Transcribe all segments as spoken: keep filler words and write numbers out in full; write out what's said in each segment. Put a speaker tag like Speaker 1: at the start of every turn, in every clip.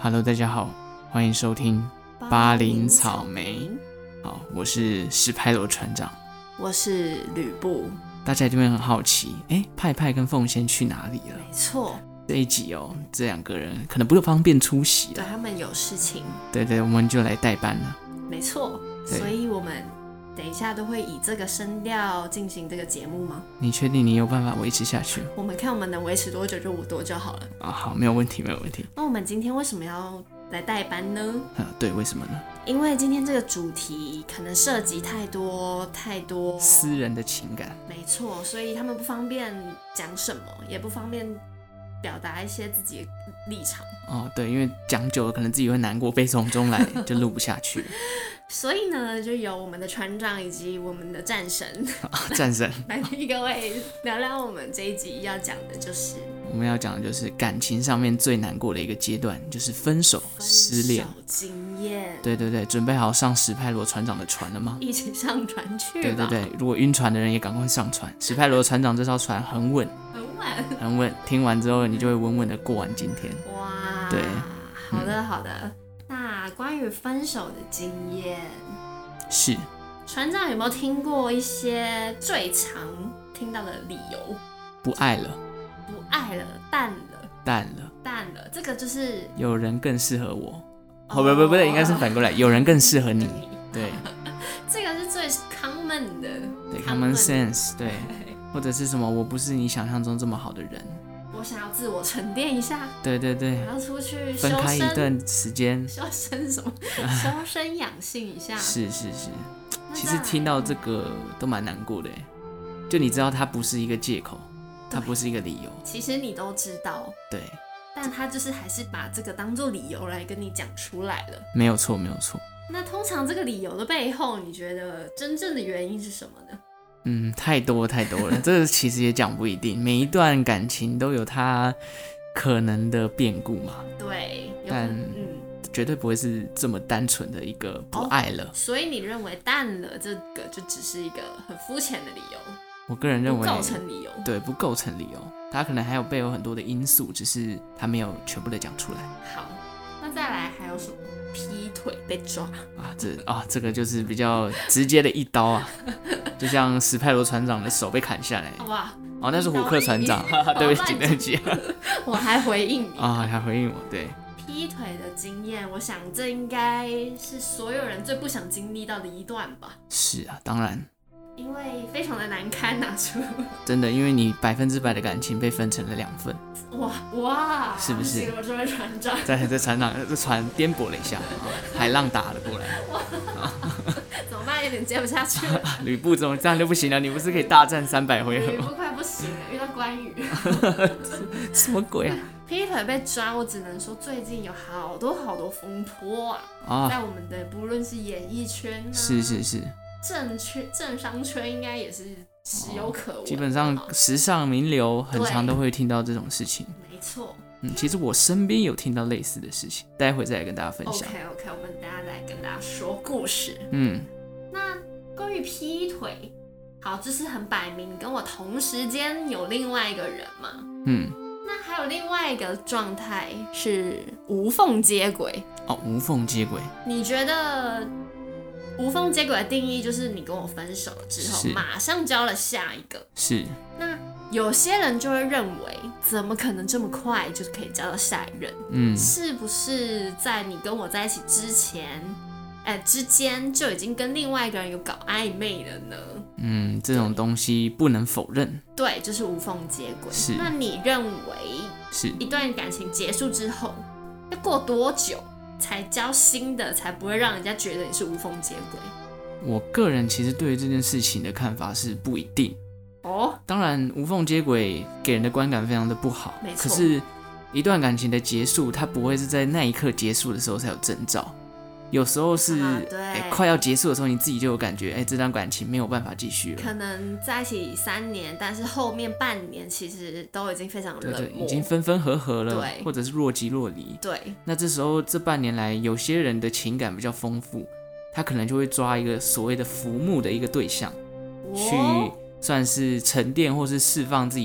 Speaker 1: Hello， 大家好，欢迎收听巴林草莓。好，我是史派罗船长，
Speaker 2: 我是吕布。
Speaker 1: 大家一定会很好奇，哎，派派跟凤仙去哪里了？
Speaker 2: 没错，
Speaker 1: 这一集哦，这两个人可能不方便出席了，
Speaker 2: 对他们有事情。
Speaker 1: 对对，我们就来代班了。
Speaker 2: 没错，所以我们等一下都会以这个声调进行这个节目吗？
Speaker 1: 你确定你有办法维持下去？
Speaker 2: 我们看我们能维持多久就多久好了。
Speaker 1: 啊，好，没有问题，没有问题。
Speaker 2: 那我们今天为什么要来代班呢？
Speaker 1: 啊，对，为什么呢？
Speaker 2: 因为今天这个主题可能涉及太多太多
Speaker 1: 私人的情感。
Speaker 2: 没错，所以他们不方便讲什么，也不方便表达一些自己的立场。
Speaker 1: 哦，对，因为讲久了可能自己会难过，悲从中来就录不下去。
Speaker 2: 所以呢，就由我们的船长以及我们的战神，
Speaker 1: 战神
Speaker 2: 来替各位聊聊我们这一集要讲的，就是
Speaker 1: 我们要讲的就是感情上面最难过的一个阶段，就是分手、失恋
Speaker 2: 经验。
Speaker 1: 对对对，准备好上史派罗船长的船了吗？
Speaker 2: 一起上船去吧。
Speaker 1: 对对对，如果晕船的人也赶快上船。史派罗船长这艘船很稳，
Speaker 2: 很稳，
Speaker 1: 很稳。听完之后，你就会稳稳的过完今天。
Speaker 2: 哇，
Speaker 1: 对，
Speaker 2: 好的好的。那关于分手的经验，
Speaker 1: 是
Speaker 2: 船长有没有听过一些最常听到的理由？
Speaker 1: 不爱了，
Speaker 2: 不爱了，淡了，
Speaker 1: 淡了，
Speaker 2: 淡了。这个就是
Speaker 1: 有人更适合我。哦，不不不对，应该是反过来，有人更适合你。对，
Speaker 2: 这个是最 common 的，
Speaker 1: 对 common sense， 对，或者是什么？我不是你想象中这么好的人。
Speaker 2: 我想要自我沉淀一下，
Speaker 1: 对对对，
Speaker 2: 我要出去
Speaker 1: 分开一段时间，
Speaker 2: 修身什么？修身养性一下。
Speaker 1: 是是是，其实听到这个都蛮难过的，就你知道它不是一个借口，它不是一个理由。
Speaker 2: 其实你都知道，
Speaker 1: 对，
Speaker 2: 但他就是还是把这个当做理由来跟你讲出来了。
Speaker 1: 没有错，没有错。
Speaker 2: 那通常这个理由的背后，你觉得真正的原因是什么呢？
Speaker 1: 嗯，太多太多了，这个其实也讲不一定，每一段感情都有它可能的变故嘛。
Speaker 2: 对，
Speaker 1: 但
Speaker 2: 嗯，
Speaker 1: 绝对不会是这么单纯的一个不爱了。
Speaker 2: 哦，所以你认为淡了这个就只是一个很肤浅的理由？
Speaker 1: 我个人认为
Speaker 2: 不构成理由，
Speaker 1: 对，不构成理由，它可能还有背后很多的因素，只是它没有全部的讲出来。
Speaker 2: 好，那再来还有什么？劈腿被抓
Speaker 1: 啊，这啊，这个就是比较直接的一刀啊，就像史派罗船长的手被砍下来。
Speaker 2: 哇，
Speaker 1: 哦，那是虎克船长，对不起，对不起。
Speaker 2: 我还回应你
Speaker 1: 啊，还回应我，对。
Speaker 2: 劈腿的经验，我想这应该是所有人最不想经历到的一段吧。
Speaker 1: 是啊，当然。
Speaker 2: 因为非常的难堪拿出。真
Speaker 1: 的，因为你百分之百的感情被分成了两份。
Speaker 2: 哇哇，
Speaker 1: 是不是？
Speaker 2: 我这位船长，
Speaker 1: 在这船长这船颠簸了一下，海浪打了过来。
Speaker 2: 怎么办？有点接不下去了。
Speaker 1: 吕布怎么这样就不行了？你不是可以大战三百回合吗？
Speaker 2: 吕布快不行了，遇到关羽。
Speaker 1: 什么鬼啊？
Speaker 2: 劈腿被抓，我只能说最近有好多好多风波啊！啊在我们的不论是演艺圈、啊，
Speaker 1: 是是是。
Speaker 2: 政圈、政商圈应该也是时有可闻、哦。
Speaker 1: 基本上，时尚名流很常都会听到这种事情。
Speaker 2: 没错。
Speaker 1: 嗯，其实我身边有听到类似的事情，待会再来跟大家分享。
Speaker 2: OK OK， 我们等一下再来跟大家说故事。
Speaker 1: 嗯，
Speaker 2: 那关于劈腿，好，这是很摆明跟我同时间有另外一个人嘛。
Speaker 1: 嗯。
Speaker 2: 那还有另外一个状态是无缝接轨。
Speaker 1: 哦，无缝接轨。
Speaker 2: 你觉得？无缝接轨的定义就是你跟我分手了之后，马上交了下一个。
Speaker 1: 是。
Speaker 2: 那有些人就会认为，怎么可能这么快就可以交到下一任？嗯，是不是在你跟我在一起之前，哎、欸、之间就已经跟另外一个人有搞暧昧了呢？
Speaker 1: 嗯，这种东西不能否认。
Speaker 2: 对，就是无缝接轨。
Speaker 1: 是。
Speaker 2: 那你认为，
Speaker 1: 是
Speaker 2: 一段感情结束之后要过多久？才交新的，才不会让人家觉得你是无缝接轨。
Speaker 1: 我个人其实对于这件事情的看法是不一定
Speaker 2: 哦。
Speaker 1: 当然，无缝接轨给人的观感非常的不好。
Speaker 2: 没错。
Speaker 1: 可是，一段感情的结束，它不会是在那一刻结束的时候才有征兆。有时候是、
Speaker 2: 啊
Speaker 1: 欸、快要结束的时候，你自己就有感觉，哎、欸，这段感情没有办法继续了。
Speaker 2: 可能在一起三年，但是后面半年其实都已经非常冷漠，
Speaker 1: 对对，已经分分合合了，
Speaker 2: 对，
Speaker 1: 或者是若即若离。
Speaker 2: 对，
Speaker 1: 那这时候这半年来，有些人的情感比较丰富，他可能就会抓一个所谓的浮木的一个对象，哦、去算是沉淀或是释放自己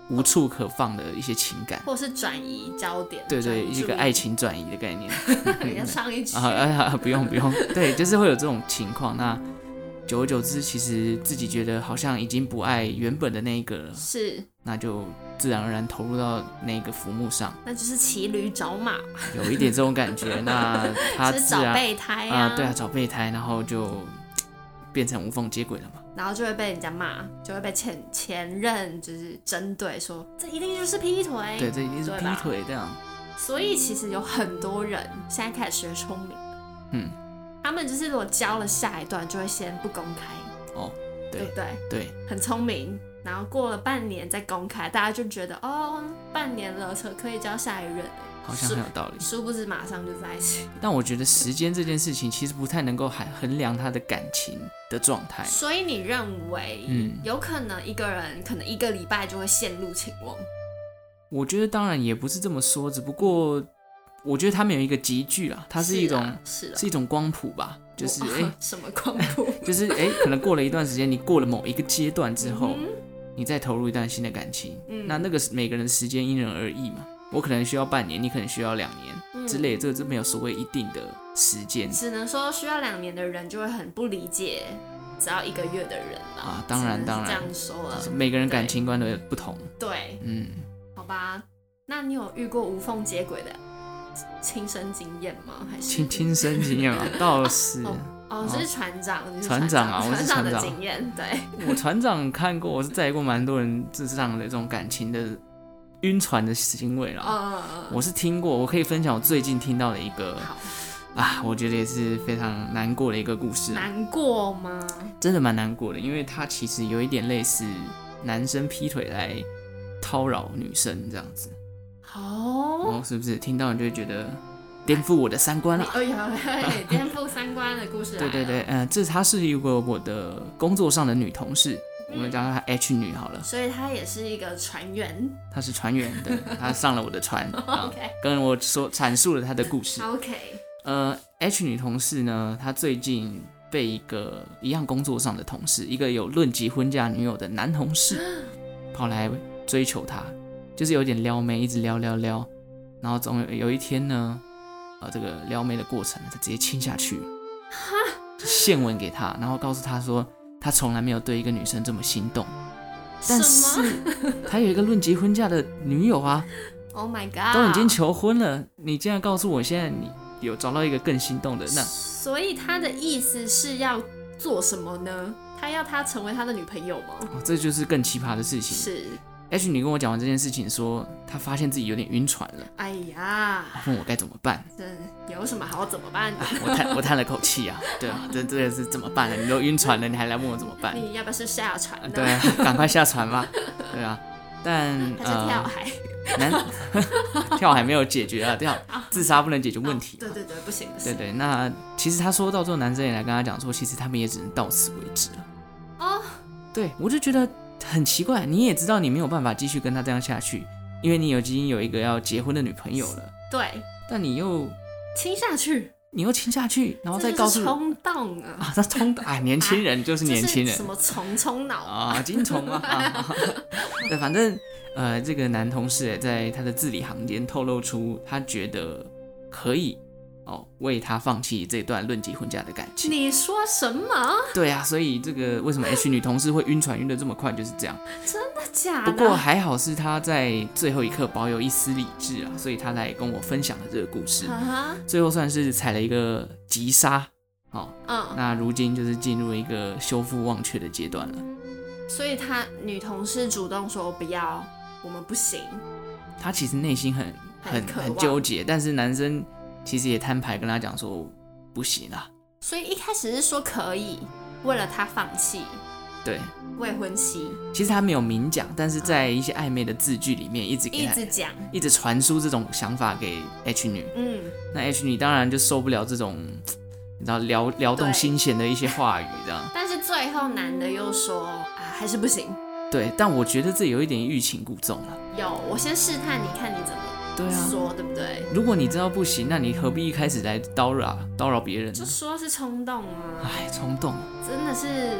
Speaker 1: 无处可放的一些情感，
Speaker 2: 或是转移焦点，
Speaker 1: 对对，一个爱情转移的概念。
Speaker 2: 你要唱一曲
Speaker 1: 啊啊！不用不用，对，就是会有这种情况。那久而久之，其实自己觉得好像已经不爱原本的那一个了，
Speaker 2: 是，
Speaker 1: 那就自然而然投入到那个浮木上，
Speaker 2: 那就是骑驴找马，
Speaker 1: 有一点这种感觉。那他自然
Speaker 2: 是找备胎啊，
Speaker 1: 啊，对啊，找备胎，然后就变成无缝接轨了嘛。
Speaker 2: 然后就会被人家骂，就会被前前任就是针对说，这一定就是劈腿，
Speaker 1: 对，这一定是劈腿这样。
Speaker 2: 所以其实有很多人现在开始学聪明了，嗯，他们就是如果交了下一段，就会先不公开，哦，对，对不对？
Speaker 1: 对，
Speaker 2: 很聪明。然后过了半年再公开，大家就觉得哦，半年了，可以交下一任了，
Speaker 1: 好像很有道理。
Speaker 2: 殊不知马上就在一起。
Speaker 1: 但我觉得时间这件事情其实不太能够衡量他的感情的状态。
Speaker 2: 所以你认为，嗯，有可能一个人可能一个礼拜就会陷入情网？
Speaker 1: 我觉得当然也不是这么说，只不过我觉得他们有一个集聚啦，它是一种是、啊、是, 是一种光谱吧，就是哎、欸、
Speaker 2: 什么光谱？
Speaker 1: 就是哎、欸、可能过了一段时间，你过了某一个阶段之后。嗯，你再投入一段新的感情，嗯、那那个每个人时间因人而异嘛。我可能需要半年，你可能需要两年、嗯、之类的，这个是没有所谓一定的时间。
Speaker 2: 只能说需要两年的人就会很不理解只要一个月的人了啊。
Speaker 1: 当然当然，
Speaker 2: 这样说了，
Speaker 1: 每个人感情观都不同。
Speaker 2: 对，嗯，好吧。那你有遇过无缝接轨的亲身经验吗？还是
Speaker 1: 亲亲身经验吗？倒是。
Speaker 2: 哦哦，这是船长，
Speaker 1: 哦、
Speaker 2: 是
Speaker 1: 船长啊，我是船长
Speaker 2: 的经验，对，
Speaker 1: 我船长看过，我是载过蛮多人这上的这种感情的晕船的行为啦。嗯、我是听过，我可以分享我最近听到的一个，啊，我觉得也是非常难过的一个故事。
Speaker 2: 难过吗？
Speaker 1: 真的蛮难过的，因为它其实有一点类似男生劈腿来叨扰女生这样子。哦，哦，是不是听到你就会觉得？颠覆我的三观了！
Speaker 2: 哎呀，颠覆三观的故事来了。
Speaker 1: 对对对，嗯、呃，这她是一个我的工作上的女同事，我们叫她 H 女好了。
Speaker 2: 所以她也是一个船员。
Speaker 1: 她是船员，对，她上了我的船，
Speaker 2: OK，
Speaker 1: 跟我说阐述了她的故事。
Speaker 2: OK，
Speaker 1: 呃 ，H 女同事呢，她最近被一个一样工作上的同事，一个有论及婚嫁女友的男同事，跑来追求她，就是有点撩妹，一直撩撩撩，然后总有有一天呢。呃，这个撩妹的过程，他直接亲下去，献吻给他，然后告诉他说，他从来没有对一个女生这么心动，但是他有一个论及婚嫁的女友啊
Speaker 2: ，Oh my god，
Speaker 1: 都已经求婚了，你竟然告诉我现在你有找到一个更心动的，那
Speaker 2: 所以他的意思是要做什么呢？他要他成为他的女朋友吗？
Speaker 1: 哦，这就是更奇葩的事情。
Speaker 2: 是。
Speaker 1: H 女跟我讲完这件事情说，她发现自己有点晕船了。
Speaker 2: 哎呀，
Speaker 1: 问我该怎么办？
Speaker 2: 这有什么好怎么办的？
Speaker 1: 啊、我叹我叹了口气啊，对啊，这这是怎么办呢？你都晕船了，你还来问我怎么办？
Speaker 2: 你要不要是下船呢？
Speaker 1: 对啊，赶快下船吧。对啊，但
Speaker 2: 还是跳海？
Speaker 1: 呃、男跳海没有解决啊，跳自杀不能解决问题、啊
Speaker 2: 哦。对对对，不行不
Speaker 1: 行。对对，那其实他说到最后，男生也来跟他讲说，其实他们也只能到此为止了。哦，对，我就觉得。很奇怪，你也知道你没有办法继续跟他这样下去，因为你已经有一个要结婚的女朋友了。
Speaker 2: 对，
Speaker 1: 但你又
Speaker 2: 亲下去，
Speaker 1: 你又亲下去，然后再告诉
Speaker 2: 冲动啊！
Speaker 1: 啊，那冲动啊，年轻人就是年轻人，
Speaker 2: 什么虫虫脑
Speaker 1: 啊，金虫啊，啊对，反正呃，这个男同事在他的字里行间透露出他觉得可以。哦，为他放弃这段论及婚嫁的感情。
Speaker 2: 你说什么？
Speaker 1: 对啊，所以这个为什么 H 女同事会晕船晕得这么快，就是这样。
Speaker 2: 真的假的？
Speaker 1: 不过还好是她在最后一刻保有一丝理智啊，所以她来跟我分享了这个故事。Uh-huh. 最后算是踩了一个急刹。哦，嗯，那如今就是进入一个修复忘却的阶段了。
Speaker 2: 所以她女同事主动说不要，我们不行。
Speaker 1: 她其实内心很很很纠结，但是男生。其实也摊牌跟他讲说不行啦，
Speaker 2: 所以一开始是说可以，为了他放弃
Speaker 1: 对
Speaker 2: 未婚妻。
Speaker 1: 其实他没有明讲，但是在一些暧昧的字句里面一直给
Speaker 2: 一直讲，
Speaker 1: 一直传输这种想法给 H 女。嗯，那 H 女当然就受不了这种你知道撩撩动心弦的一些话语这样。
Speaker 2: 但是最后男的又说啊还是不行。
Speaker 1: 对，但我觉得这有一点欲擒故纵了。
Speaker 2: 有，我先试探你看你怎么。
Speaker 1: 对啊，
Speaker 2: 说对不对？
Speaker 1: 如果你知道不行，那你何必一开始来叨扰叨扰别人？
Speaker 2: 就说是冲动啊！
Speaker 1: 哎，冲动，
Speaker 2: 真的是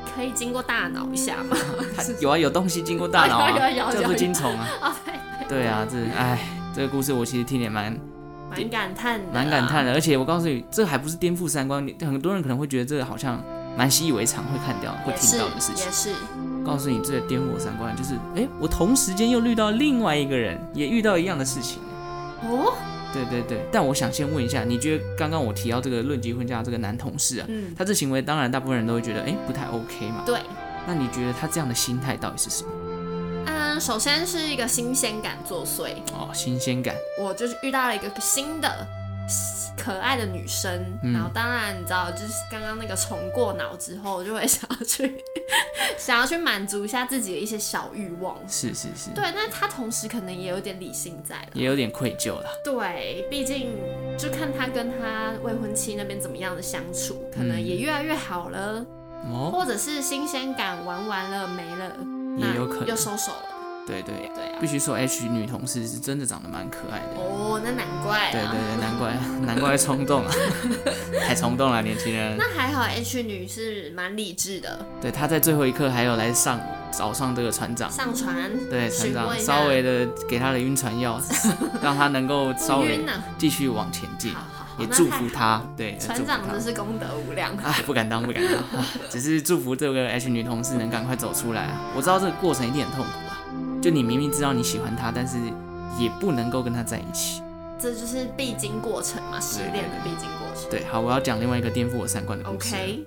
Speaker 2: 可以经过大脑一下吗？
Speaker 1: 有啊，有东西经过大脑啊，
Speaker 2: 有有有有
Speaker 1: 叫做精虫啊。
Speaker 2: 哦，对
Speaker 1: 对啊，这哎，这个故事我其实听也蛮
Speaker 2: 蛮感叹的，
Speaker 1: 蛮感叹的。而且我告诉你，这还不是颠覆三观，很多人可能会觉得这个好像蛮习以为常，会看掉、会听到的事情。
Speaker 2: 也是。
Speaker 1: 告诉你，这个颠覆我三观，就是哎，我同时间又遇到另外一个人，也遇到一样的事情。
Speaker 2: 哦。
Speaker 1: 对对对，但我想先问一下，你觉得刚刚我提到这个论及婚嫁这个男同事啊，嗯、他这行为当然大部分人都会觉得哎不太 OK 嘛。
Speaker 2: 对。
Speaker 1: 那你觉得他这样的心态到底是什么？
Speaker 2: 嗯，首先是一个新鲜感作祟。
Speaker 1: 哦，新鲜感。
Speaker 2: 我就是遇到了一个新的可爱的女生，嗯、然后当然你知道，就是刚刚那个重过脑之后，我就会想要去想要去满足一下自己的一些小欲望。
Speaker 1: 是是是。
Speaker 2: 对，那他同时可能也有点理性在了，
Speaker 1: 也有点愧疚了。
Speaker 2: 对，毕竟就看他跟他未婚妻那边怎么样的相处，可能也越来越好了。哦，或者是新鲜感玩完了没了，
Speaker 1: 也有可能
Speaker 2: 又收手了。
Speaker 1: 对对
Speaker 2: 对啊，
Speaker 1: 必须说 H 女同事是真的长得蛮可爱的。
Speaker 2: 哦，那难怪、啊。
Speaker 1: 对对对，难怪难怪冲动啊，太衝動了，年轻人。
Speaker 2: 那还好 ，H 女是蛮理智的。
Speaker 1: 对，她在最后一刻还有来上找上这个船长，
Speaker 2: 上船，
Speaker 1: 对船长稍微的给他的晕船药，让他能够稍微继续往前进。
Speaker 2: 好好
Speaker 1: 也祝福他，对，
Speaker 2: 船长真是功德无量
Speaker 1: 啊！不敢当，不敢当，啊、只是祝福这个 H 女同事能赶快走出来啊！我知道这个过程一定很痛苦啊，就你明明知道你喜欢他，但是也不能够跟他在一起，
Speaker 2: 这就是必经过程嘛，失恋的必经过程。
Speaker 1: 对，好，我要讲另外一个颠覆我三观的故事。
Speaker 2: OK。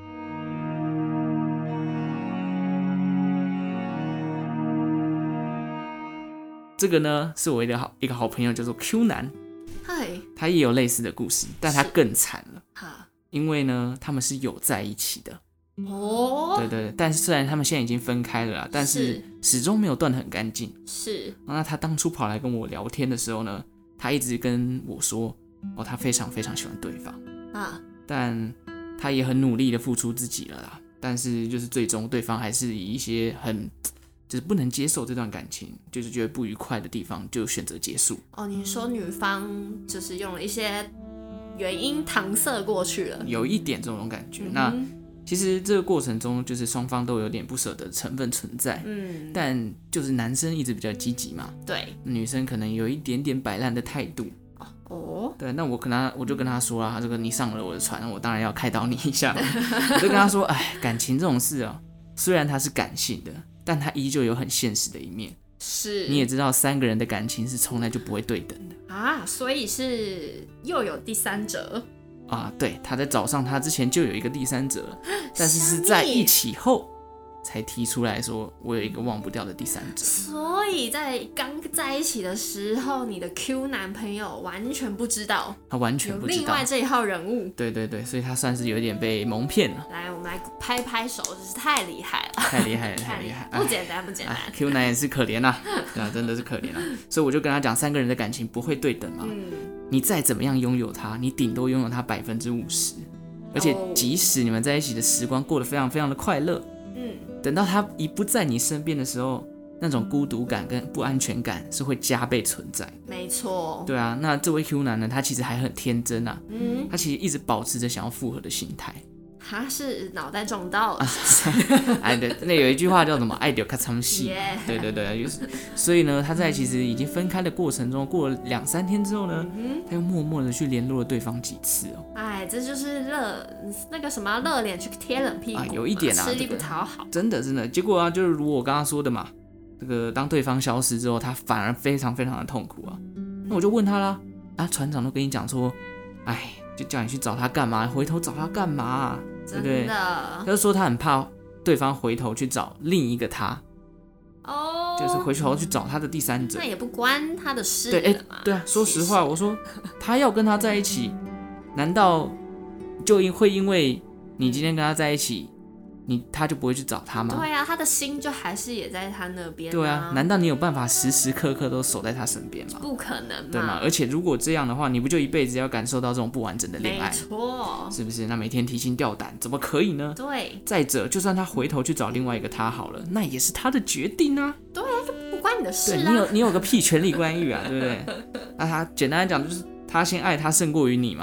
Speaker 1: 这个呢，是我一个好一个好朋友，叫做 Q 男。
Speaker 2: 嗨，
Speaker 1: 他也有类似的故事，但他更惨了。
Speaker 2: 哈，
Speaker 1: 因为呢，他们是有在一起的。
Speaker 2: 哦，
Speaker 1: 对对对，但是虽然他们现在已经分开了啦，但是始终没有断得很干净。
Speaker 2: 是。
Speaker 1: 那他当初跑来跟我聊天的时候呢，他一直跟我说，哦，他非常非常喜欢对方啊，但他也很努力的付出自己了啦。但是就是最终对方还是以一些很。就是不能接受这段感情，就是觉得不愉快的地方，就选择结束。
Speaker 2: 哦，你说女方就是用了一些原因搪塞过去了，
Speaker 1: 有一点这种感觉。嗯、那其实这个过程中，就是双方都有点不舍得的成分存在。嗯，但就是男生一直比较积极嘛，
Speaker 2: 对，
Speaker 1: 女生可能有一点点摆烂的态度。哦，对，那我跟他，我就跟他说啊，这个你上了我的船，我当然要开导你一下。我就跟他说，哎，感情这种事啊，虽然它是感性的。但他依旧有很现实的一面，
Speaker 2: 是
Speaker 1: 你也知道，三个人的感情是从来就不会对等的
Speaker 2: 啊，所以是又有第三者
Speaker 1: 啊。对，他在找上他之前就有一个第三者，但是是在一起后才提出来说，我有一个忘不掉的第三者。
Speaker 2: 所以在刚在一起的时候，你的 Q 男朋友完全不知道，
Speaker 1: 他完全不知道
Speaker 2: 有另外这一号人物。
Speaker 1: 对对对，所以他算是有点被蒙骗了。
Speaker 2: 来，我们来拍拍手，真是太厉害了，
Speaker 1: 太厉害了，太厉害，
Speaker 2: 不简单，不简单。
Speaker 1: Q 男也是可怜啊，对啊，真的是可怜啊。所以我就跟他讲，三个人的感情不会对等嘛。嗯，你再怎么样拥有他，你顶多拥有他百分之五十，而且即使你们在一起的时光过得非常非常的快乐。嗯，等到他一不在你身边的时候，那种孤独感跟不安全感是会加倍存在。
Speaker 2: 没错。
Speaker 1: 对啊，那这位 Q 男呢，他其实还很天真啊，嗯，他其实一直保持着想要复合的心态。
Speaker 2: 他是脑袋撞到了，
Speaker 1: 哎，对，那有一句话叫什么？爱就较参戏。对对对，就是，所以呢，他在其实已经分开的过程中，过了两三天之后呢，嗯、他又默默的去联络了对方几次哦。
Speaker 2: 哎，这就是热那个什么热脸去贴冷屁股、啊，
Speaker 1: 有一点啊，
Speaker 2: 吃力不讨好、
Speaker 1: 这个。真的真的，结果啊，就是如我刚刚说的嘛，这个当对方消失之后，他反而非常非常的痛苦啊。那我就问他啦，啊，船长都跟你讲说，哎，就叫你去找他干嘛？回头找他干嘛、啊？对不对？他就说他很怕对方回头去找另一个他，哦，就是回头去找他的第三者，
Speaker 2: 那也不关他的事
Speaker 1: 对，
Speaker 2: 了嘛。
Speaker 1: 对啊，说实话，我说他要跟他在一起，难道就会因为你今天跟他在一起，你他就不会去找他吗？
Speaker 2: 对啊，他的心就还是也在他那边、啊。
Speaker 1: 对啊，难道你有办法时时刻刻都守在他身边吗？
Speaker 2: 不可能嘛，
Speaker 1: 对吗？而且如果这样的话，你不就一辈子要感受到这种不完整的恋爱？
Speaker 2: 没错，
Speaker 1: 是不是？那每天提心吊胆，怎么可以呢？
Speaker 2: 对。
Speaker 1: 再者，就算他回头去找另外一个他好了，那也是他的决定啊。
Speaker 2: 对啊，就不关你的事啊。
Speaker 1: 对，你有你有个屁权利关于啊，对不对？那他简单来讲就是他先爱他胜过于你嘛。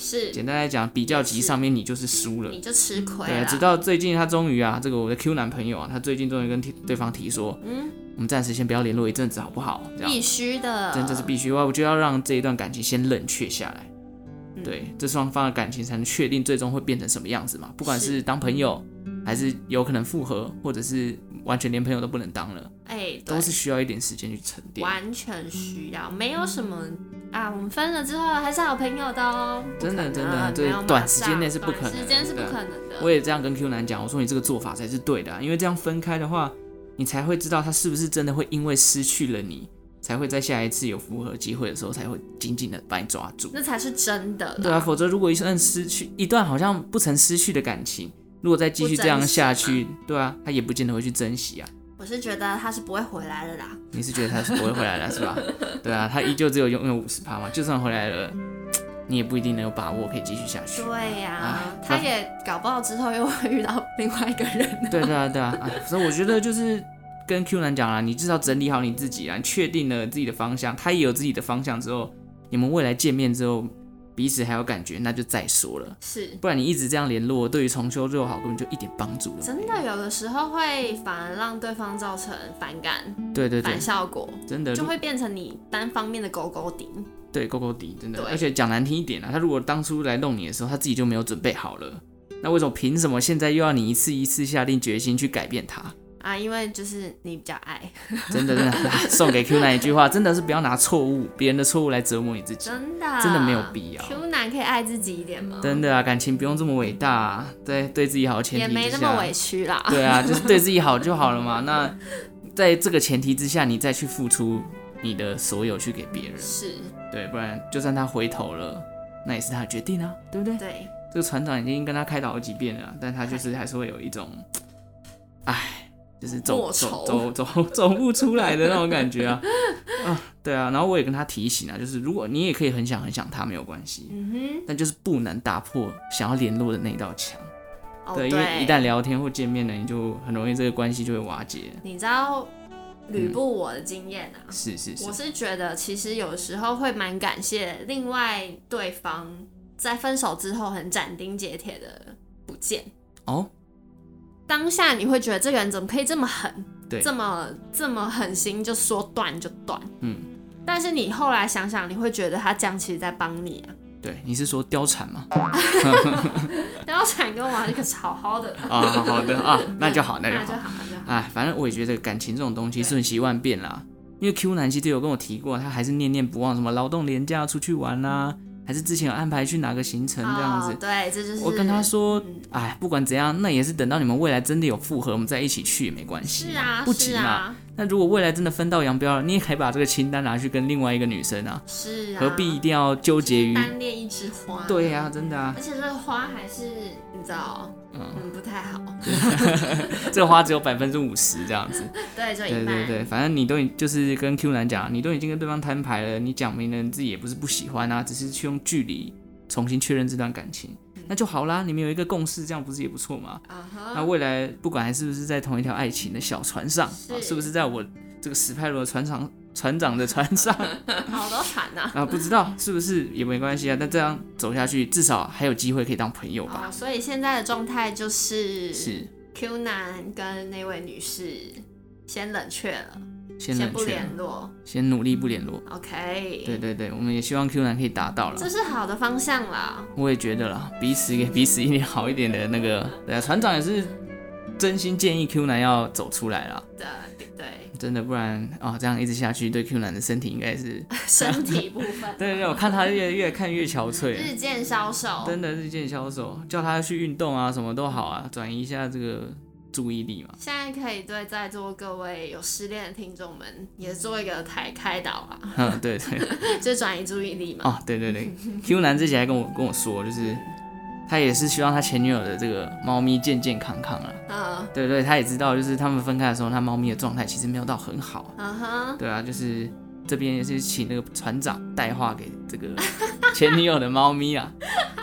Speaker 2: 是
Speaker 1: 简单来讲，比较级上面你就是输了，
Speaker 2: 你就吃亏了。
Speaker 1: 对，直到最近他终于啊，这个我的 Q 男朋友啊，他最近终于跟对方提说，嗯，我们暂时先不要联络一阵子好不好？
Speaker 2: 必须的，
Speaker 1: 真的是必须，我就要让这一段感情先冷却下来。嗯、对，这双方的感情才能确定最终会变成什么样子嘛。不管是当朋友，还是有可能复合，或者是完全连朋友都不能当了，哎、欸，都是需要一点时间去沉淀。
Speaker 2: 完全需要，没有什么啊，我们分了之后还是好朋友的哦。
Speaker 1: 真的真的，对，短时间内是不可能的，
Speaker 2: 短时间是不可能的。
Speaker 1: 我也这样跟 Q 男讲，我说你这个做法才是对的、啊，因为这样分开的话，你才会知道他是不是真的会因为失去了你，才会在下一次有复合机会的时候，才会紧紧的把你抓住，
Speaker 2: 那才是真的。
Speaker 1: 对啊，否则如果一段失去一段好像不曾失去的感情，如果再继续这样下去，对啊，他也不见得会去珍惜啊。
Speaker 2: 我是觉得他是不会回来的啦。
Speaker 1: 你是觉得他是不会回来的，是吧？对啊，他依旧只有拥有 百分之五十 嘛，就算回来了，你也不一定能有把握可以继续下去。
Speaker 2: 对呀、啊，他也搞不好之后又会遇到另外一个人。
Speaker 1: 对对啊，对啊，啊所以我觉得就是跟 Q 男讲啦，你至少整理好你自己啦，你确定了自己的方向，他也有自己的方向之后，你们未来见面之后。彼此还有感觉，那就再说了。
Speaker 2: 是，
Speaker 1: 不然你一直这样联络，对于重修旧好根本就一点帮助都没有。
Speaker 2: 真的，有的时候会反而让对方造成反感，
Speaker 1: 对对对，
Speaker 2: 反效果，
Speaker 1: 真的
Speaker 2: 就会变成你单方面的勾勾顶。
Speaker 1: 对，勾勾顶，真的。而且讲难听一点啊，他如果当初来弄你的时候，他自己就没有准备好了，那为什么凭什么现在又要你一次一次下定决心去改变他？
Speaker 2: 啊，因为就是你比较爱，
Speaker 1: 真的真的，送给 Q 男一句话，真的是不要拿错误别人的错误来折磨你自己，
Speaker 2: 真的
Speaker 1: 真的没有必要。
Speaker 2: Q 男可以爱自己一点吗？
Speaker 1: 真的啊，感情不用这么伟大、啊，对对自己好的前提之下，
Speaker 2: 也没那么委屈啦。
Speaker 1: 对啊，就是对自己好就好了嘛。那在这个前提之下，你再去付出你的所有去给别人，
Speaker 2: 是
Speaker 1: 对，不然就算他回头了，那也是他的决定啊，对不对？
Speaker 2: 对，
Speaker 1: 这个船长已经跟他开导好几遍了，但他就是还是会有一种，唉。就是走走走走走不出来的那种感觉啊，啊，对啊，然后我也跟他提醒啊，就是如果你也可以很想很想他没有关系，嗯哼，但就是不能打破想要联络的那道墙，
Speaker 2: 哦，
Speaker 1: 对，因为一旦聊天或见面了，你就很容易这个关系就会瓦解。
Speaker 2: 你知道吕布我的经验啊、嗯，
Speaker 1: 是是是，
Speaker 2: 我是觉得其实有时候会蛮感谢另外对方在分手之后很斩钉截铁的不见哦。当下你会觉得这个人怎么可以这么狠，
Speaker 1: 对，
Speaker 2: 这么这么狠心，就说断就断，嗯。但是你后来想想，你会觉得他这样其实在帮你啊。
Speaker 1: 对，你是说貂蝉吗？
Speaker 2: 貂蝉跟我还是个好好的
Speaker 1: 啊，好好的啊，那就好，那就好，
Speaker 2: 那就好，那就好。
Speaker 1: 哎，反正我也觉得感情这种东西瞬息万变啦。因为 Q 男其实有跟我提过，他还是念念不忘什么劳动连假出去玩啦、啊。还是之前有安排去哪个行程这样子，哦、
Speaker 2: 对，这就是
Speaker 1: 我跟他说，哎、嗯，不管怎样，那也是等到你们未来真的有复合，我们再一起去也没关系，
Speaker 2: 是啊，
Speaker 1: 不急嘛。
Speaker 2: 啊、
Speaker 1: 那如果未来真的分道扬镳了，你也可以把这个清单拿去跟另外一个女生啊，
Speaker 2: 是啊，
Speaker 1: 何必一定要纠结于
Speaker 2: 单恋一枝花？
Speaker 1: 对呀、啊，真的啊，
Speaker 2: 而且这个花还是你知道，嗯，嗯不太好，
Speaker 1: 这个花只有百分之五十这样子，
Speaker 2: 对，就一半，
Speaker 1: 对对对，反正你都就是跟 Q 男讲，你都已经跟对方摊牌了，你讲明了你自己也不是不喜欢啊，只是去用距离。重新确认这段感情，那就好啦。你们有一个共识，这样不是也不错吗？ Uh-huh. 那未来不管是不是在同一条爱情的小船上，是, 啊、是不是在我这个史派罗的船长船长的船上，
Speaker 2: 好多船啊！
Speaker 1: 啊，不知道是不是也没关系啊。但这样走下去，至少还有机会可以当朋友吧。
Speaker 2: Oh, 所以现在的状态就是
Speaker 1: 是
Speaker 2: Q 男跟那位女士先冷却了。
Speaker 1: 先冷却，
Speaker 2: 先不联络，
Speaker 1: 先努力不联络。
Speaker 2: OK，
Speaker 1: 对对对，我们也希望 Q 男可以达到了，
Speaker 2: 这是好的方向啦。
Speaker 1: 我也觉得啦，彼此给彼此一点好一点的那个，对啊，船长也是真心建议 Q 男要走出来啦。
Speaker 2: 对对，
Speaker 1: 真的，不然啊、哦，这样一直下去，对 Q 男的身体应该是
Speaker 2: 身体部分。
Speaker 1: 对对，我看他越越看越憔悴，
Speaker 2: 日渐消瘦，
Speaker 1: 真的日渐消瘦，叫他去运动啊，什么都好啊，转移一下这个。注意力嘛，
Speaker 2: 现在可以对在座各位有失恋的听众们也做一个台开导啊，
Speaker 1: 嗯，对对，
Speaker 2: 就转移注意力嘛。
Speaker 1: 哦，对对对，Q 男之前还跟我跟我说，就是他也是希望他前女友的这个猫咪健健康康啊，嗯，对对，他也知道，就是他们分开的时候，他猫咪的状态其实没有到很好，嗯哼，对啊，就是这边也是请那个船长带话给这个前女友的猫咪啊。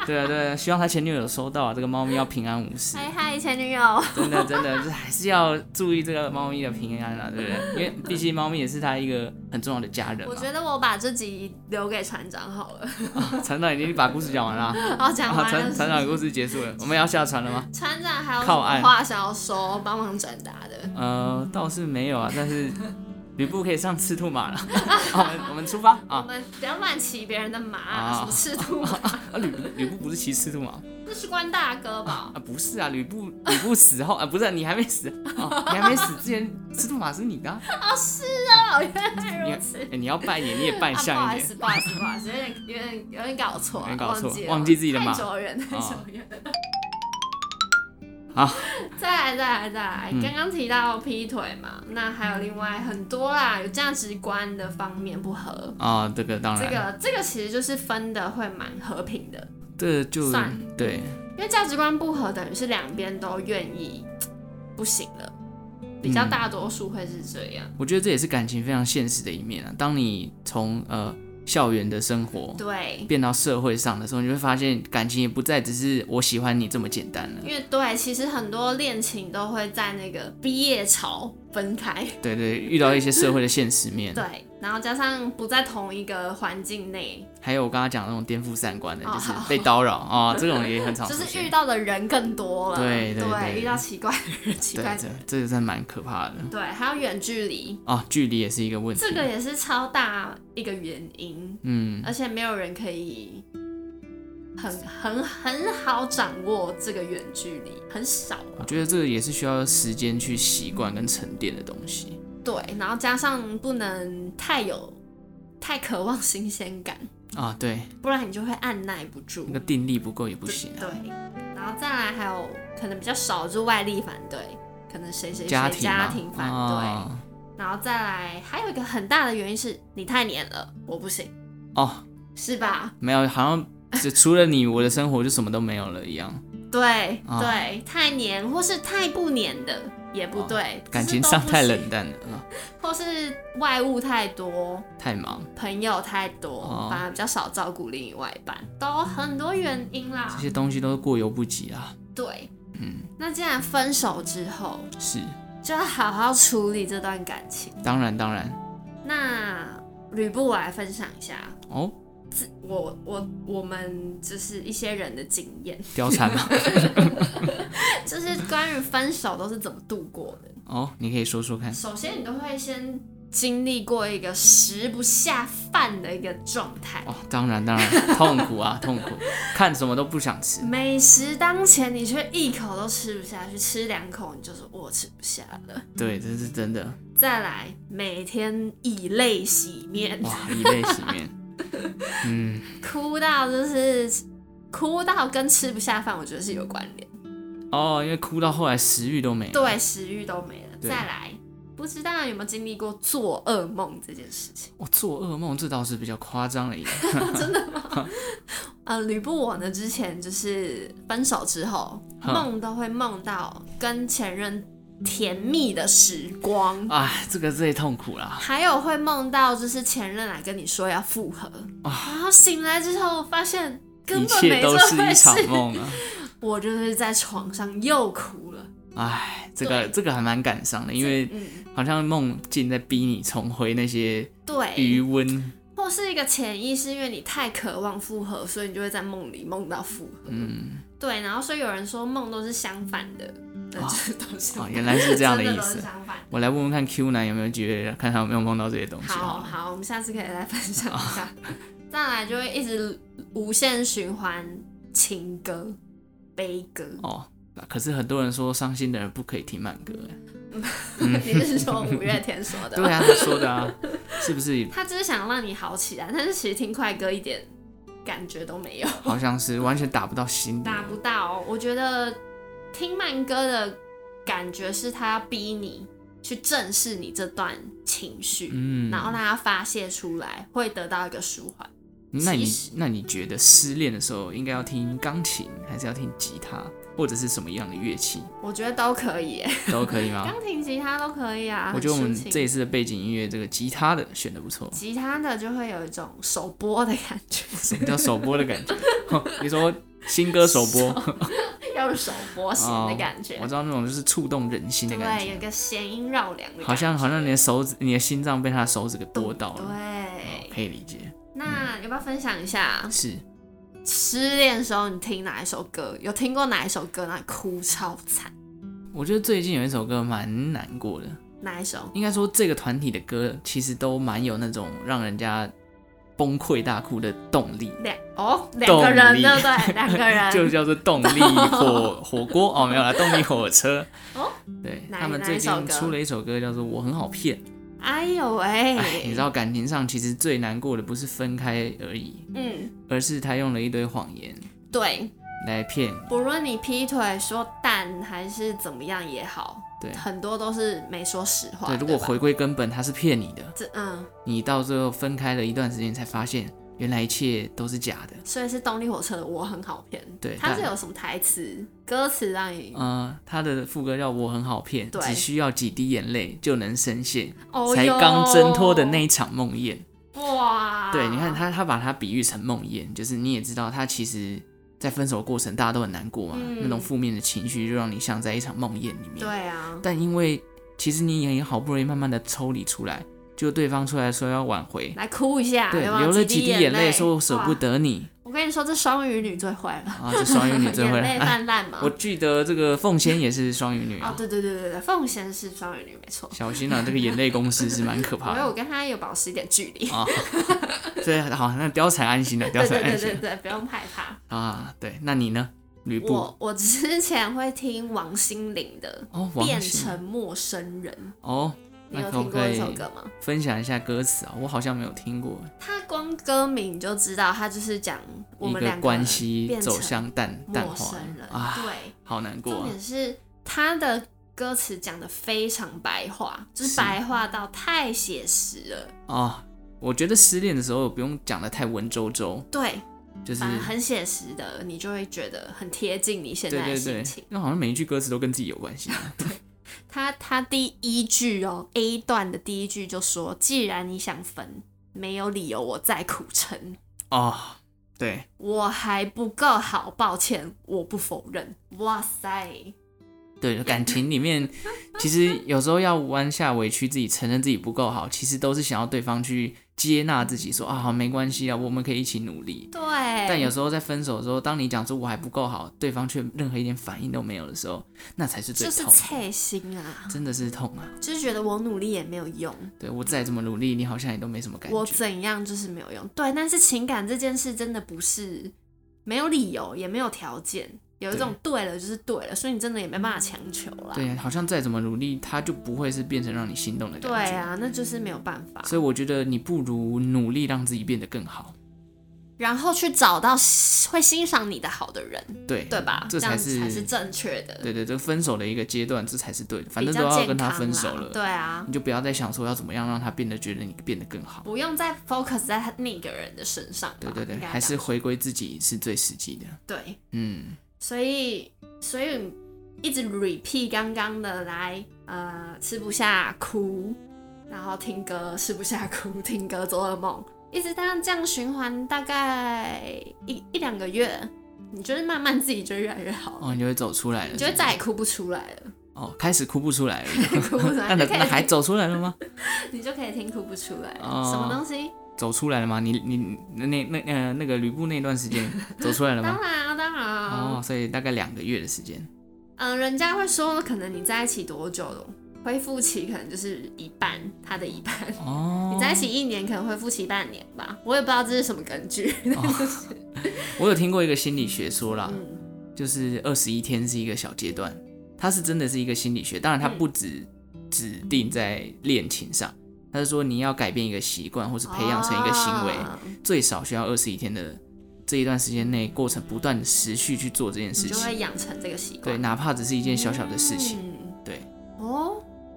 Speaker 1: 对啊对啊，希望他前女友有收到啊，这个猫咪要平安无事。
Speaker 2: 嗨嗨，前女友。
Speaker 1: 真的真的，就是还是要注意这个猫咪的平安啦，对不对？因为毕竟猫咪也是他一个很重要的家人嘛。
Speaker 2: 我觉得我把这集留给船长好了。
Speaker 1: 啊、船长已经把故事讲完了。
Speaker 2: 哦，讲完了。
Speaker 1: 船船长的故事结束了，我们要下船了吗？
Speaker 2: 船长还有什么话想要说，帮忙转达的？
Speaker 1: 呃，倒是没有啊，但是吕布可以上赤兔马了。我们我们出发啊！
Speaker 2: 我们不要乱骑别人的马，啊、什么赤兔马？
Speaker 1: 啊，吕吕布不是骑赤兔马？
Speaker 2: 那是关大哥吧？
Speaker 1: 啊，不是啊，吕布吕布死后啊，不是、啊、你还没死啊，你还没死之前，赤兔马是你的啊。
Speaker 2: 哦，是啊，原来如此。
Speaker 1: 你, 你要扮演，你也扮像一点。
Speaker 2: 啊、不好意思，不好意思，不好意思，有点有点有点搞错，有
Speaker 1: 点搞错，
Speaker 2: 忘记
Speaker 1: 忘记自己的马，
Speaker 2: 太久远，太久远。
Speaker 1: 好，
Speaker 2: 再来再来再来，刚、嗯、刚提到劈腿嘛，那还有另外很多啦，有价值观的方面不合
Speaker 1: 啊、哦，这个当然，
Speaker 2: 这个这个其实就是分的会蛮和平的，
Speaker 1: 这个就
Speaker 2: 算
Speaker 1: 对，
Speaker 2: 因为价值观不合，等于是两边都愿意不行了，比较大多数会是这样、嗯。
Speaker 1: 我觉得这也是感情非常现实的一面啊，当你从呃。校园的生活
Speaker 2: 对
Speaker 1: 变到社会上的时候，你会发现感情也不再只是我喜欢你这么简单了。
Speaker 2: 因为对，其实很多恋情都会在那个毕业潮分开。
Speaker 1: 对对，遇到一些社会的现实面。
Speaker 2: 对，然后加上不在同一个环境内。
Speaker 1: 还有我刚刚讲的那种颠覆三观的，
Speaker 2: 哦、
Speaker 1: 就是被叨扰啊、哦，这种也很常出现。
Speaker 2: 就是遇到的人更多了。
Speaker 1: 对对 对,
Speaker 2: 对，遇到奇怪的人，奇怪的人，
Speaker 1: 这个真的蛮可怕的。
Speaker 2: 对，还有远距离。
Speaker 1: 哦，距离也是一个问题。
Speaker 2: 这个也是超大一个原因。
Speaker 1: 嗯，
Speaker 2: 而且没有人可以很很很好掌握这个远距离，很少、啊。
Speaker 1: 我觉得这个也是需要时间去习惯跟沉淀的东西。
Speaker 2: 对，然后加上不能太有太渴望新鲜感
Speaker 1: 啊，对，
Speaker 2: 不然你就会按耐不住，
Speaker 1: 那个定力不够也不行、啊。
Speaker 2: 对，然后再来还有可能比较少就是外力反对，可能谁谁谁
Speaker 1: 家庭
Speaker 2: 家庭反对、
Speaker 1: 哦，
Speaker 2: 然后再来还有一个很大的原因是你太黏了，我不行。
Speaker 1: 哦，
Speaker 2: 是吧？
Speaker 1: 没有，好像就除了你，我的生活就什么都没有了一样。
Speaker 2: 对、
Speaker 1: 哦、
Speaker 2: 对，太黏或是太不黏的也不对，
Speaker 1: 哦、感情上太冷淡了、哦，
Speaker 2: 或是外物太多，
Speaker 1: 太忙，
Speaker 2: 朋友太多，哦、反而比较少照顾另一外一半，都很多原因啦。
Speaker 1: 这些东西都是过犹不及啦。
Speaker 2: 对，
Speaker 1: 嗯，
Speaker 2: 那既然分手之后，
Speaker 1: 是
Speaker 2: 就要好好处理这段感情。
Speaker 1: 当然当然。
Speaker 2: 那吕布我来分享一下
Speaker 1: 哦，
Speaker 2: 我我我们就是一些人的经验，
Speaker 1: 貂蝉吗？
Speaker 2: 就是关于分手都是怎么度过的。
Speaker 1: 哦，你可以说说看。
Speaker 2: 首先，你都会先经历过一个食不下饭的一个状态。
Speaker 1: 哦，当然当然，痛苦啊，痛苦，看什么都不想吃。
Speaker 2: 美食当前，你却一口都吃不下去，吃两口你就说我吃不下了。
Speaker 1: 对，这是真的。
Speaker 2: 再来，每天以泪洗面。
Speaker 1: 哇，以泪洗面。嗯，
Speaker 2: 哭到就是哭到跟吃不下饭，我觉得是有关联。
Speaker 1: 哦，因为哭到后来食欲都没了。
Speaker 2: 对，食欲都没了。再来，不知道有没有经历过做噩梦这件事情？
Speaker 1: 哦，做噩梦这倒是比较夸张了一点。
Speaker 2: 真的吗？呃，吕布我呢，之前就是分手之后，梦都会梦到跟前任甜蜜的时光，
Speaker 1: 哎，这个最痛苦啦。
Speaker 2: 还有会梦到就是前任来跟你说要复合，啊、然后醒来之后发现根本没这回事，一切都是一场梦啊！我就是在床上又哭了。
Speaker 1: 哎，这个这个还蛮感伤的，因为好像梦境在逼你重回那些余温，
Speaker 2: 或是一个潜意识，因为你太渴望复合，所以你就会在梦里梦到复合。嗯，对，然后所以有人说梦都是相反的。啊
Speaker 1: 哦，原来是这样的意思。
Speaker 2: 的
Speaker 1: 我来问问看 Q 男有没有机会，看他有没有梦到这些东西。
Speaker 2: 好好，我们下次可以再分享一下。再来就会一直无限循环情歌、悲歌。
Speaker 1: 哦，可是很多人说伤心的人不可以听慢歌。
Speaker 2: 嗯、你是说五月天说的？
Speaker 1: 对啊，他说的啊，是不是？
Speaker 2: 他只是想让你好起来，但是其实听快歌一点感觉都没有。
Speaker 1: 好像是完全打不到心，
Speaker 2: 打不到、哦。我觉得。听慢歌的感觉是他要逼你去正视你这段情绪，嗯，然后让它发泄出来，会得到一个舒缓。
Speaker 1: 那你那你觉得失恋的时候应该要听钢琴，还是要听吉他，或者是什么样的乐器？
Speaker 2: 我觉得都可以耶，
Speaker 1: 都可以吗？
Speaker 2: 钢琴、吉他都可以啊。
Speaker 1: 我觉得我们这一次的背景音乐，这个吉他的选的不错。
Speaker 2: 吉他的就会有一种首播的感觉。
Speaker 1: 什么叫首播的感觉？你说新歌首播，
Speaker 2: 要有首播弦的感觉、
Speaker 1: 哦。我知道那种就是触动人心的感觉。
Speaker 2: 对，有个弦音绕梁的感觉。
Speaker 1: 好像好像你的手指、你的心脏被他的手指给拨到了。
Speaker 2: 对、
Speaker 1: 哦，可以理解。
Speaker 2: 那、嗯、要不要分享一下？
Speaker 1: 是。
Speaker 2: 失恋的时候你听哪一首歌？有听过哪一首歌让你哭超惨？
Speaker 1: 我觉得最近有一首歌蛮难过的。
Speaker 2: 哪一首？
Speaker 1: 应该说这个团体的歌其实都蛮有那种让人家崩溃大哭的动力。
Speaker 2: 两哦，两个人对不对？两个人
Speaker 1: 就叫做动力火火锅哦，没有啦，动力火车。
Speaker 2: 哦，
Speaker 1: 对，他们最近出了一首歌叫做《我很好骗》。
Speaker 2: 哎呦喂、
Speaker 1: 欸！你知道感情上其实最难过的不是分开而已，嗯，而是他用了一堆谎言，
Speaker 2: 对，
Speaker 1: 来骗。
Speaker 2: 不论你劈腿说淡还是怎么样也好，
Speaker 1: 对，
Speaker 2: 很多都是没说实话。
Speaker 1: 对，如果回归根本，他是骗你的，
Speaker 2: 这嗯，
Speaker 1: 你到最后分开了一段时间才发现，原来一切都是假的。
Speaker 2: 所以是动力火车的《我很好骗》。
Speaker 1: 对，
Speaker 2: 它是有什么台词、歌词让你？
Speaker 1: 呃，他的副歌叫我很好骗，只需要几滴眼泪就能深陷，
Speaker 2: 哦、
Speaker 1: 才刚挣脱的那一场梦魇。
Speaker 2: 哇！
Speaker 1: 对，你看他，他把它比喻成梦魇，就是你也知道，他其实在分手的过程大家都很难过嘛，嗯、那种负面的情绪就让你像在一场梦魇里面。
Speaker 2: 对啊。
Speaker 1: 但因为其实你也好不容易慢慢的抽离出来。就对方出来说要挽回，
Speaker 2: 来哭一下，
Speaker 1: 对，
Speaker 2: 有有
Speaker 1: 流了几滴眼泪，说我舍不得你。
Speaker 2: 我跟你说，这双鱼女最坏了
Speaker 1: 啊！这双鱼女最坏了，
Speaker 2: 眼泪泛滥嘛、
Speaker 1: 哎。我记得这个凤仙也是双鱼女
Speaker 2: 啊。哦，对对对对对，凤仙是双鱼女，没错。
Speaker 1: 小心啊，这个眼泪攻势是蛮可怕的。
Speaker 2: 因为我跟她有保持一点距离
Speaker 1: 啊。对，好，那貂蝉安心了，貂蝉安心。
Speaker 2: 对对对对，不用害怕
Speaker 1: 啊。对，那你呢？吕布。
Speaker 2: 我我之前会听王心凌的《哦、变成陌生人》
Speaker 1: 哦。
Speaker 2: 你有听过这首歌吗？
Speaker 1: 分享一下歌词啊，我好像没有听过。
Speaker 2: 他光歌名就知道，他就是讲我们两个
Speaker 1: 关系走向淡淡化
Speaker 2: 啊，对，
Speaker 1: 好难过、啊。
Speaker 2: 重点是他的歌词讲的非常白话，就是白话到太写实了
Speaker 1: 哦。我觉得失恋的时候不用讲的太文绉绉，
Speaker 2: 对，
Speaker 1: 就是
Speaker 2: 很写实的，你就会觉得很贴近你现在的心情。
Speaker 1: 那好像每一句歌词都跟自己有关系、啊。对。
Speaker 2: 他他第一句哦 A 段的第一句就说，既然你想分，没有理由我再苦撑
Speaker 1: 哦，对，
Speaker 2: 我还不够好，抱歉，我不否认。哇塞，
Speaker 1: 对，感情里面其实有时候要弯下委屈自己，承认自己不够好，其实都是想要对方去接纳自己，说啊好没关系啊，我们可以一起努力。
Speaker 2: 对。
Speaker 1: 但有时候在分手的时候，当你讲出我还不够好，对方却任何一点反应都没有的时候，那才是最痛的。
Speaker 2: 就是脆心啊，
Speaker 1: 真的是痛啊，
Speaker 2: 就是觉得我努力也没有用。
Speaker 1: 对，我再怎么努力，你好像也都没什么感觉。
Speaker 2: 我怎样就是没有用。对，但是情感这件事真的不是没有理由，也没有条件。有一种对了就是对了，所以你真的也没办法强求啦。
Speaker 1: 对，好像再怎么努力，它就不会是变成让你心动的感觉。
Speaker 2: 对啊，那就是没有办法。
Speaker 1: 所以我觉得你不如努力让自己变得更好，
Speaker 2: 然后去找到会欣赏你的好的人，
Speaker 1: 对
Speaker 2: 对吧？
Speaker 1: 这才是
Speaker 2: 这样才是正确的。
Speaker 1: 对对，这分手的一个阶段，这才是对的。反正都要跟他分手了，
Speaker 2: 对啊，
Speaker 1: 你就不要再想说要怎么样让他变得觉得你变得更好，
Speaker 2: 不用再 focus 在他那个人的身上。
Speaker 1: 对对对，还是回归自己是最实际的。
Speaker 2: 对，
Speaker 1: 嗯。
Speaker 2: 所以，所以一直 repeat 刚刚的来，呃，吃不下哭，然后听歌吃不下哭，听歌做噩梦，一直这样这样循环，大概一一两个月，你就是慢慢自己就越来越好了。
Speaker 1: 哦，你就会走出来了，
Speaker 2: 你就会再也哭不出来了。
Speaker 1: 哦，开始哭不出来了，
Speaker 2: 哭不出来，
Speaker 1: 那那还走出来了吗？
Speaker 2: 你就可以听哭不出来了，
Speaker 1: 哦、
Speaker 2: 什么东西？
Speaker 1: 走出来了吗？你你那那呃那个吕布那段时间走出来了吗？
Speaker 2: 当然啊，当然啊。
Speaker 1: 哦，所以大概两个月的时间。
Speaker 2: 嗯，人家会说，可能你在一起多久了，恢复期可能就是一半，他的一半。哦。你在一起一年，可能恢复期半年吧，我也不知道这是什么根据。哦、
Speaker 1: 我有听过一个心理学说啦，嗯、就是二十一天是一个小阶段，它是真的是一个心理学，当然它不只指定在恋情上。他是说，你要改变一个习惯，或是培养成一个行为，哦、最少需要二十一天的这一段时间内，过程不断的持续去做这件事情，
Speaker 2: 你就会养成这个习惯。
Speaker 1: 对，哪怕只是一件小小的事情。嗯、对。
Speaker 2: 哦，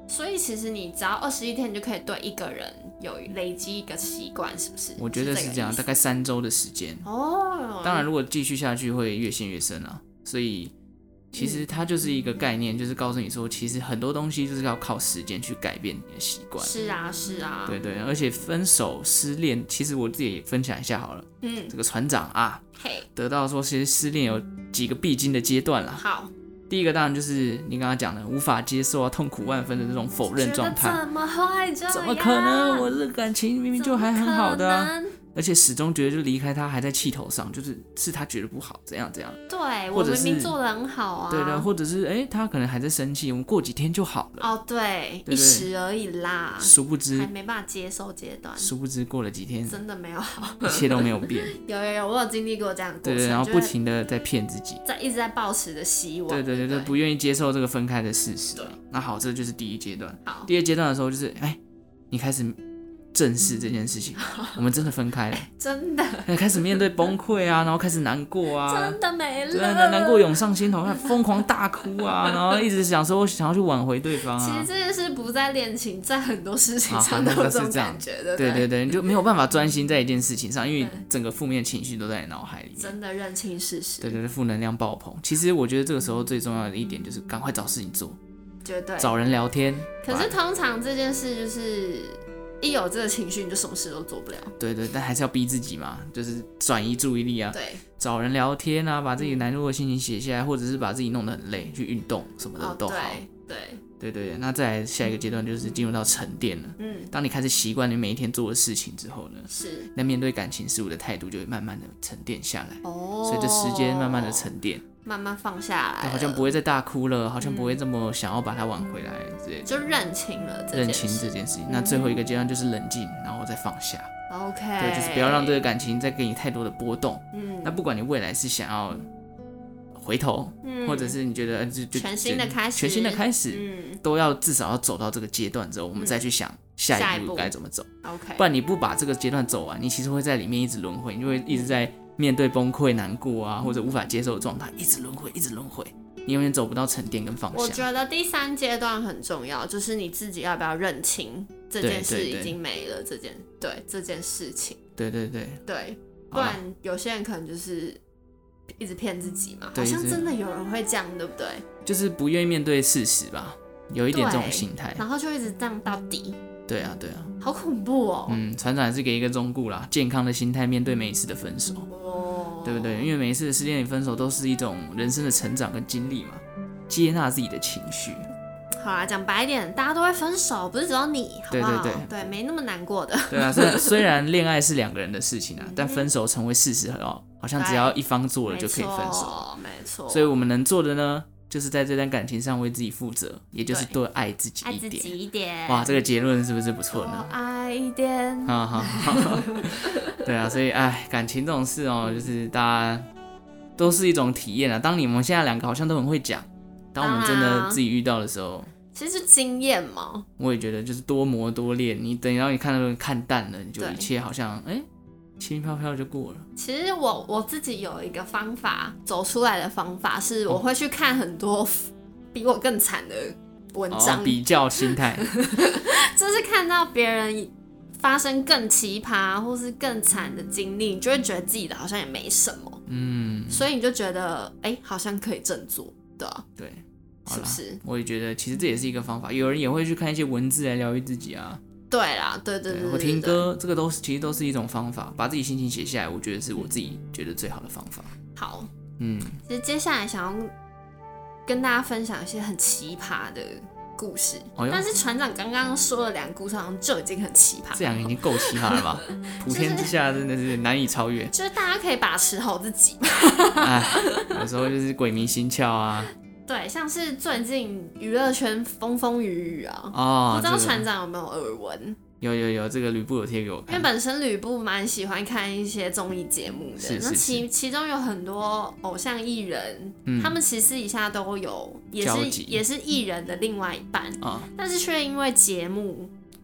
Speaker 2: 所以其实你只要二十一天，你就可以对一个人有累积一个习惯，是不是？
Speaker 1: 我觉得是这样，大概三周的时间。
Speaker 2: 哦，
Speaker 1: 当然如果继续下去会越陷越深啊，所以其实它就是一个概念，就是告诉你说，其实很多东西就是要靠时间去改变你的习惯。
Speaker 2: 是啊，是啊，
Speaker 1: 对对，而且分手、失恋，其实我自己也分享一下好了。嗯，这个船长啊，
Speaker 2: 嘿，
Speaker 1: 得到说，其实失恋有几个必经的阶段啦。
Speaker 2: 好。
Speaker 1: 第一个当然就是你刚刚讲的无法接受啊，痛苦万分的这种否认状态。
Speaker 2: 怎么会这样？
Speaker 1: 怎么可能？我这感情明明就还很好的啊，而且始终觉得就离开他还在气头上，就是是他觉得不好，怎样怎样。
Speaker 2: 对，我明明做得很好啊。
Speaker 1: 对的，或者是哎，他可能还在生气，我们过几天就好了。
Speaker 2: 哦，对，对对一时而已啦。
Speaker 1: 殊不知
Speaker 2: 还没办法接受阶段。
Speaker 1: 殊不知过了几天，
Speaker 2: 真的没有好，
Speaker 1: 一切都没有变。
Speaker 2: 有有有，我有经历过这样的过程。
Speaker 1: 对对，然后不停的在骗自己，
Speaker 2: 在一直在抱持着希望。
Speaker 1: 对对对对，不愿意接受这个分开的事实。对，那好，这就是第一阶段。好，第二阶段的时候就是哎，你开始正视这件事情，我们真的分开了，
Speaker 2: 真的，
Speaker 1: 开始面对崩溃啊，然后开始难过啊，
Speaker 2: 真的没了，
Speaker 1: 真的难过涌上心头，疯狂大哭啊，然后一直想说想要去挽回对方啊。
Speaker 2: 其实这件事不在恋情，在很多事情上都有这种感觉的。
Speaker 1: 对对对，你就没有办法专心在一件事情上，因为整个负面情绪都在你脑海里面。
Speaker 2: 真的认清事实。
Speaker 1: 对对对，负能量爆棚。其实我觉得这个时候最重要的一点就是赶快找事情做，
Speaker 2: 绝对
Speaker 1: 找人聊天。
Speaker 2: 可是通常这件事就是。一有这个情绪，你就什么事都做不了。
Speaker 1: 对对，但还是要逼自己嘛，就是转移注意力啊。
Speaker 2: 对，
Speaker 1: 找人聊天啊，把自己难过的心情写下来，或者是把自己弄得很累，去运动什么的都好。
Speaker 2: 哦、对
Speaker 1: 对对对，那再来下一个阶段就是进入到沉淀了。嗯，当你开始习惯你每一天做的事情之后呢，
Speaker 2: 是，
Speaker 1: 那面对感情事物的态度就会慢慢的沉淀下来。哦，随着时间慢慢的沉淀。
Speaker 2: 慢慢放下来，
Speaker 1: 好像不会再大哭了，好像不会这么想要把它挽回来之类的，
Speaker 2: 就认清了这件事，
Speaker 1: 认清这件事情。那最后一个阶段就是冷静，然后再放下。
Speaker 2: OK，
Speaker 1: 对，就是不要让这个感情再给你太多的波动。嗯，那不管你未来是想要回头，嗯、或者是你觉得就就
Speaker 2: 全新的开始，
Speaker 1: 全新的开始，嗯，都要至少要走到这个阶段之后，我们再去想下一步该怎么走。
Speaker 2: OK，
Speaker 1: 不然你不把这个阶段走完，你其实会在里面一直轮回，你就会一直在。面对崩溃、难过啊，或者无法接受的状态，一直轮回，一直轮回，你永远走不到沉淀跟放下。
Speaker 2: 我觉得第三阶段很重要，就是你自己要不要认清这件事已经没了，这件 对, 对, 对这件事情。
Speaker 1: 对对对
Speaker 2: 对，不然有些人可能就是一直骗自己嘛，好像真的有人会这样，对不对？
Speaker 1: 就是不愿意面对事实吧，有一点这种心态，
Speaker 2: 然后就一直这样到底。
Speaker 1: 对啊，对啊，
Speaker 2: 好恐怖哦。
Speaker 1: 嗯，船长也是给一个忠告啦，健康的心态面对每一次的分手，哦、对不对？因为每一次的失恋与分手都是一种人生的成长跟经历嘛，接纳自己的情绪。
Speaker 2: 好啦，讲白一点，大家都会分手，不是只有你，好不好？
Speaker 1: 对对对，
Speaker 2: 对，没那么难过的。
Speaker 1: 对啊，虽然虽然恋爱是两个人的事情啊，但分手成为事实哦，好像只要一方做了就可以分手，
Speaker 2: 没错。
Speaker 1: 所以我们能做的呢？就是在这段感情上为自己负责，也就是多爱自己一点。
Speaker 2: 爱自己一点。
Speaker 1: 哇，这个结论是不是不错呢？
Speaker 2: 多爱一点。
Speaker 1: 好好好。对啊，所以哎，感情这种事哦，就是大家都是一种体验啊。当你们现在两个好像都很会讲，当我们真的自己遇到的时候，
Speaker 2: 其实是经验嘛。
Speaker 1: 我也觉得就是多磨多练，你等到你看到看淡了，你就一切好像哎。轻飘飘就过了。
Speaker 2: 其实我我自己有一个方法，走出来的方法是，我会去看很多比我更惨的文章，
Speaker 1: 哦、比较心态，
Speaker 2: 就是看到别人发生更奇葩或是更惨的经历，你就会觉得自己的好像也没什么，嗯，所以你就觉得哎、欸，好像可以振作，对啊，
Speaker 1: 对，
Speaker 2: 是不是？
Speaker 1: 我也觉得其实这也是一个方法，有人也会去看一些文字来疗愈自己啊。
Speaker 2: 对啦，对对 对, 对, 对，
Speaker 1: 我听歌，这个都是其实都是一种方法，把自己心情写下来，我觉得是我自己觉得最好的方法。
Speaker 2: 好，嗯，其实接下来想要跟大家分享一些很奇葩的故事，哦、但是船长刚刚说了两个故事，好像就已经很奇葩了，
Speaker 1: 这两个已经够奇葩了吧？普天之下真的是难以超越，
Speaker 2: 就是大家可以把持好自己。
Speaker 1: 哎，有时候就是鬼迷心窍啊。
Speaker 2: 对，像是最近娱乐圈风风雨雨啊，
Speaker 1: 哦，
Speaker 2: 不知道船长有没有耳闻？
Speaker 1: 有有有，这个吕布有贴给我看。
Speaker 2: 因为本身吕布蛮喜欢看一些综艺节目的，
Speaker 1: 是是是，
Speaker 2: 那其其中有很多偶像艺人，嗯、他们其实私底下都有，也是也是艺人的另外一半，嗯、但是却因为节目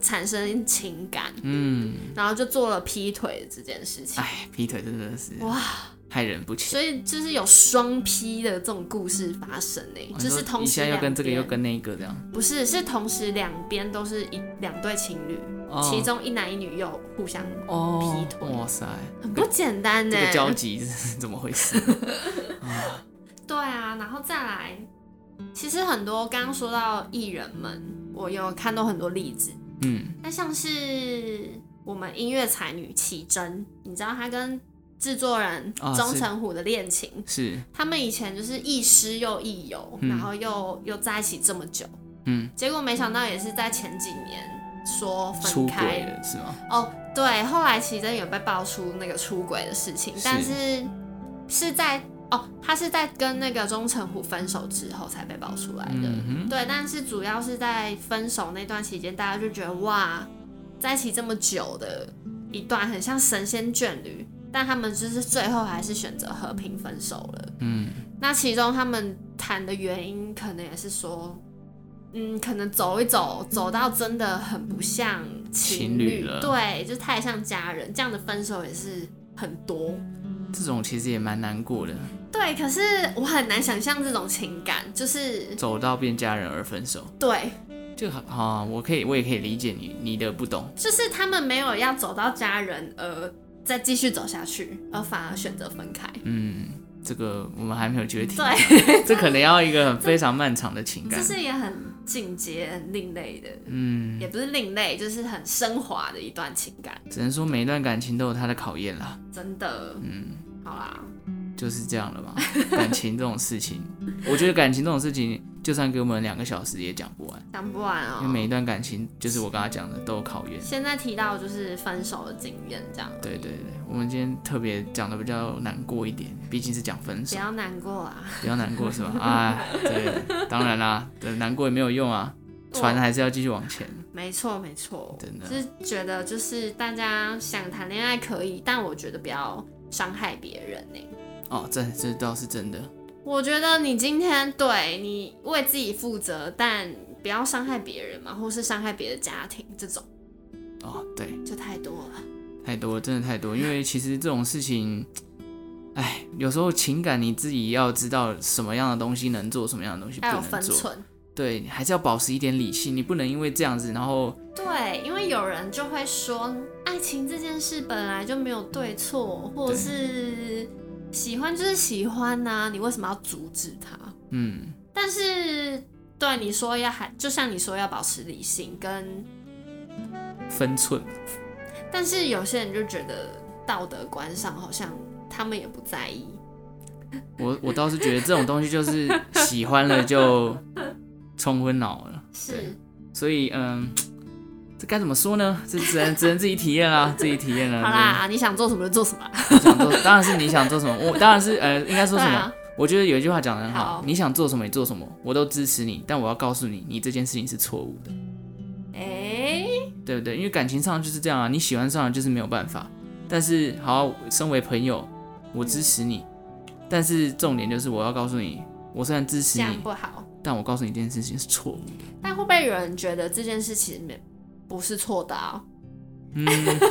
Speaker 2: 产生情感，
Speaker 1: 嗯，
Speaker 2: 然后就做了劈腿这件事情。
Speaker 1: 哎，劈腿真的是
Speaker 2: 哇，
Speaker 1: 害人不浅。
Speaker 2: 所以就是有双劈的这种故事发生呢、欸，就是同时
Speaker 1: 一下又跟这个又跟那个这样。
Speaker 2: 不是，是同时两边都是一两对情侣，哦、其中一男一女又互相劈腿。
Speaker 1: 哦、哇塞，
Speaker 2: 很不简单呢、
Speaker 1: 欸。这个交集是怎么回事？
Speaker 2: 啊对啊，然后再来，其实很多刚刚说到艺人们，我有看到很多例子。嗯，那像是我们音乐才女绮贞，你知道她跟制作人钟成虎的恋情、哦、
Speaker 1: 是, 是
Speaker 2: 他们以前就是亦师又亦友、嗯、然后又又在一起这么久，嗯，结果没想到也是在前几年说分开
Speaker 1: 出轨了是吗？
Speaker 2: 哦，对，后来绮贞有被爆出那个出轨的事情，是但是是在哦，他是在跟那个钟成虎分手之后才被爆出来的、嗯、对，但是主要是在分手那段期间，大家就觉得哇，在一起这么久的一段很像神仙眷侣，但他们就是最后还是选择和平分手了。嗯，那其中他们谈的原因可能也是说，嗯，可能走一走，走到真的很不像情 侣, 情侣了，对，就太像家人，这样的分手也是很多。
Speaker 1: 这种其实也蛮难过的。
Speaker 2: 对，可是我很难想象这种情感，就是
Speaker 1: 走到变家人而分手。
Speaker 2: 对。
Speaker 1: 就啊，我可以，我也可以理解你你的不懂，
Speaker 2: 就是他们没有要走到家人而再继续走下去，而反而选择分开。
Speaker 1: 嗯，这个我们还没有机会体
Speaker 2: 会，
Speaker 1: 这可能要一个很非常漫长的情感，
Speaker 2: 这是也很进阶、很另类的，嗯，也不是另类，就是很升华的一段情感。
Speaker 1: 只能说每一段感情都有它的考验啦，
Speaker 2: 真的，嗯，好啦。
Speaker 1: 就是这样了嘛，感情这种事情，我觉得感情这种事情，就算给我们两个小时也讲不完，
Speaker 2: 讲不完哦。
Speaker 1: 因为每一段感情，就是我刚才讲的，都有考验。
Speaker 2: 现在提到就是分手的经验这样。
Speaker 1: 对对对，我们今天特别讲的比较难过一点，毕竟是讲分手。
Speaker 2: 不要难过啊！
Speaker 1: 不要难过是吧？哎，对，当然啦，难过也没有用啊，船还是要继续往前。
Speaker 2: 没错没错，
Speaker 1: 真的。
Speaker 2: 就是觉得就是大家想谈恋爱可以，但我觉得不要伤害别人呢、欸。
Speaker 1: 哦，这这倒是真的。
Speaker 2: 我觉得你今天对你为自己负责，但不要伤害别人嘛，或是伤害别的家庭，这种
Speaker 1: 哦，对，
Speaker 2: 就太多了，
Speaker 1: 太多了，真的太多。因为其实这种事情，哎，有时候情感你自己要知道什么样的东西能做，什么样的东西不能做，还有分寸。对，还是要保持一点理性，你不能因为这样子，然后
Speaker 2: 对，因为有人就会说，爱情这件事本来就没有对错，或者是。喜欢就是喜欢啊，你为什么要阻止他？嗯，但是对你说要还，就像你说要保持理性跟
Speaker 1: 分寸，
Speaker 2: 但是有些人就觉得道德观上好像他们也不在意。
Speaker 1: 我我倒是觉得这种东西就是喜欢了就冲昏脑了，
Speaker 2: 是，
Speaker 1: 所以嗯。这该怎么说呢？这只能只能自己体验啦，自己体验了。
Speaker 2: 好啦，你想做什么就做什么。
Speaker 1: 想做，当然是你想做什么。我当然是呃，应该说什么？啊、我觉得有一句话讲得很好，好，你想做什么你做什么，我都支持你。但我要告诉你，你这件事情是错误的。哎、欸，对不对？因为感情上就是这样啊，你喜欢上了就是没有办法。但是好，身为朋友，我支持你。嗯、但是重点就是我要告诉你，我虽然支持你，
Speaker 2: 这样不好，
Speaker 1: 但我告诉你这件事情是错误的。
Speaker 2: 但会不会有人觉得这件事其实没？不是错的啊，嗯，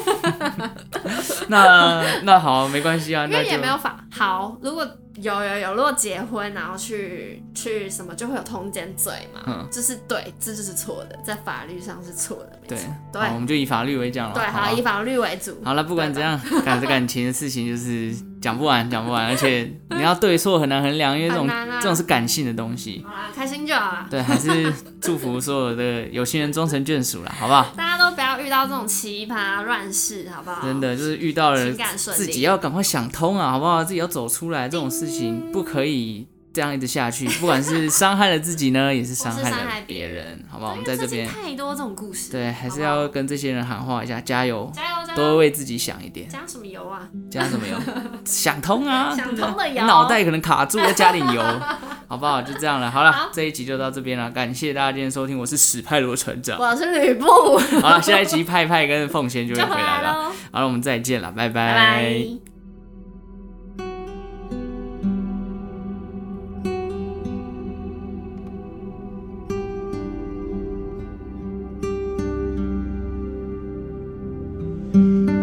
Speaker 1: 那那好，没关系啊，
Speaker 2: 因为也没有法好。如果有有有，如果结婚然后去去什么，就会有通奸罪嘛，嗯，就是对，这就是错的，在法律上是错的，没错，对，
Speaker 1: 我们就以法律为讲了，
Speaker 2: 对，好，好以法律为主。
Speaker 1: 好了，不管怎样，感感情的事情就是讲不完，讲不完，而且你要对错很难衡量，因为这种、啊、这种是感性的东西。
Speaker 2: 好啦，开心就好了。
Speaker 1: 对，还是祝福所有的有情人终成眷属啦，好不好？
Speaker 2: 大家都不要遇到这种奇葩乱事，好不好？
Speaker 1: 真的就是遇到了，自己要赶快想通啊，好不好？自己要走出来，这种事情不可以这样一直下去，不管是伤害了自己呢，也是伤害了别人，好不好？我们在这边
Speaker 2: 太多这种故事，
Speaker 1: 对，还是要跟这些人喊话一下，加油，
Speaker 2: 加油，加油，
Speaker 1: 多为自己想一点。
Speaker 2: 加什么油啊？
Speaker 1: 加什么油？想通啊，
Speaker 2: 想通的油，
Speaker 1: 脑袋可能卡住，再加点油，好不好？就这样了，好了，好，这一集就到这边了，感谢大家今天收听，我是史派罗船长，
Speaker 2: 我是吕布，
Speaker 1: 好了，下一集派派跟凤仙就会回来了，好了，我们再见了，拜拜。
Speaker 2: 拜拜。
Speaker 1: 拜。